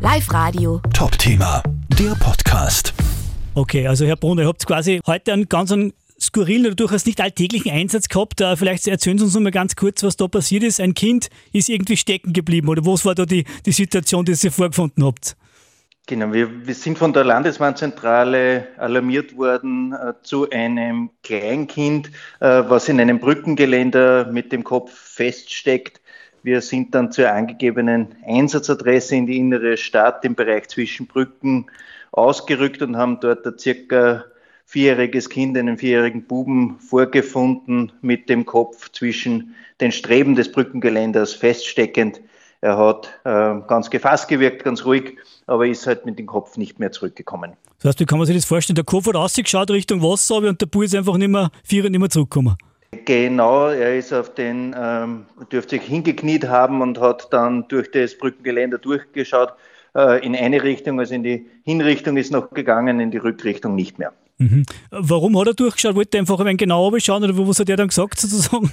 Live-Radio. Top-Thema, der Podcast. Okay, also Herr Brunner, ihr habt quasi heute einen ganz skurrilen oder durchaus nicht alltäglichen Einsatz gehabt. Vielleicht erzählen Sie uns noch mal ganz kurz, was da passiert ist. Ein Kind ist irgendwie stecken geblieben oder was war da die Situation, die ihr vorgefunden habt? Genau, wir sind von der Landeswarnzentrale alarmiert worden zu einem Kleinkind, was in einem Brückengeländer mit dem Kopf feststeckt. Wir sind dann zur angegebenen Einsatzadresse in die innere Stadt im Bereich zwischen Brücken ausgerückt und haben dort ein circa 4-jähriges Kind, einen 4-jährigen Buben vorgefunden mit dem Kopf zwischen den Streben des Brückengeländers feststeckend. Er hat ganz gefasst gewirkt, ganz ruhig, aber ist halt mit dem Kopf nicht mehr zurückgekommen. Das heißt, wie kann man sich das vorstellen? Der Kopf hat rausgeschaut Richtung Wasser und der Bub ist einfach nicht mehr zurückgekommen. Genau, er ist auf den, dürfte sich hingekniet haben und hat dann durch das Brückengeländer durchgeschaut. In eine Richtung, also in die Hinrichtung ist noch gegangen, in die Rückrichtung nicht mehr. Mhm. Warum hat er durchgeschaut? Wollte er einfach ein wenig genauer schauen oder was hat er dann gesagt sozusagen?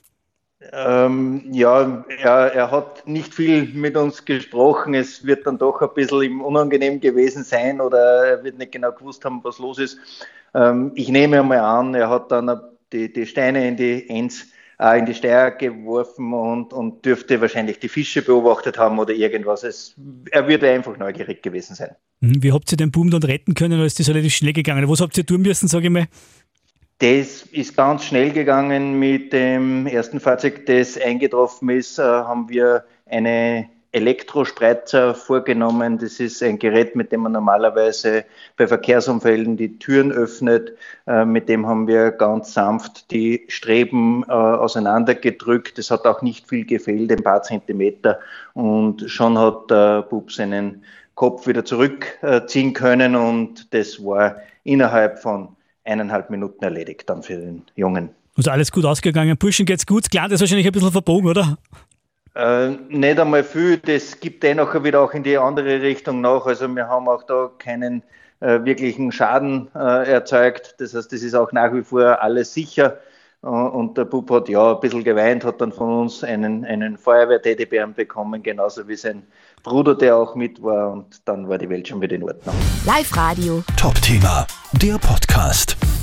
Er hat nicht viel mit uns gesprochen. Es wird dann doch ein bisschen unangenehm gewesen sein oder er wird nicht genau gewusst haben, was los ist. Ich nehme einmal an, er hat dann die Steine in die Steier geworfen und dürfte wahrscheinlich die Fische beobachtet haben oder irgendwas. Er wird einfach neugierig gewesen sein. Wie habt ihr den Buben dann retten können oder ist das relativ schnell gegangen? Was habt ihr tun müssen, sage ich mal? Das ist ganz schnell gegangen. Mit dem ersten Fahrzeug, das eingetroffen ist, haben wir eine Elektrospreizer vorgenommen. Das ist ein Gerät, mit dem man normalerweise bei Verkehrsunfällen die Türen öffnet. Mit dem haben wir ganz sanft die Streben auseinandergedrückt. Es hat auch nicht viel gefehlt, ein paar Zentimeter. Und schon hat der Bub seinen Kopf wieder zurückziehen können. Und das war innerhalb von 1,5 Minuten erledigt dann für den Jungen. Also alles gut ausgegangen. Burschen geht's gut. Klar, das ist wahrscheinlich ein bisschen verbogen, oder? Nicht einmal viel. Das gibt nachher wieder auch in die andere Richtung nach. Also wir haben auch da keinen wirklichen Schaden erzeugt. Das heißt, das ist auch nach wie vor alles sicher. Und der Bub hat ein bisschen geweint, hat dann von uns einen Feuerwehr-Teddybären bekommen, genauso wie sein Bruder, der auch mit war. Und dann war die Welt schon wieder in Ordnung. Live-Radio. Top-Thema, der Podcast.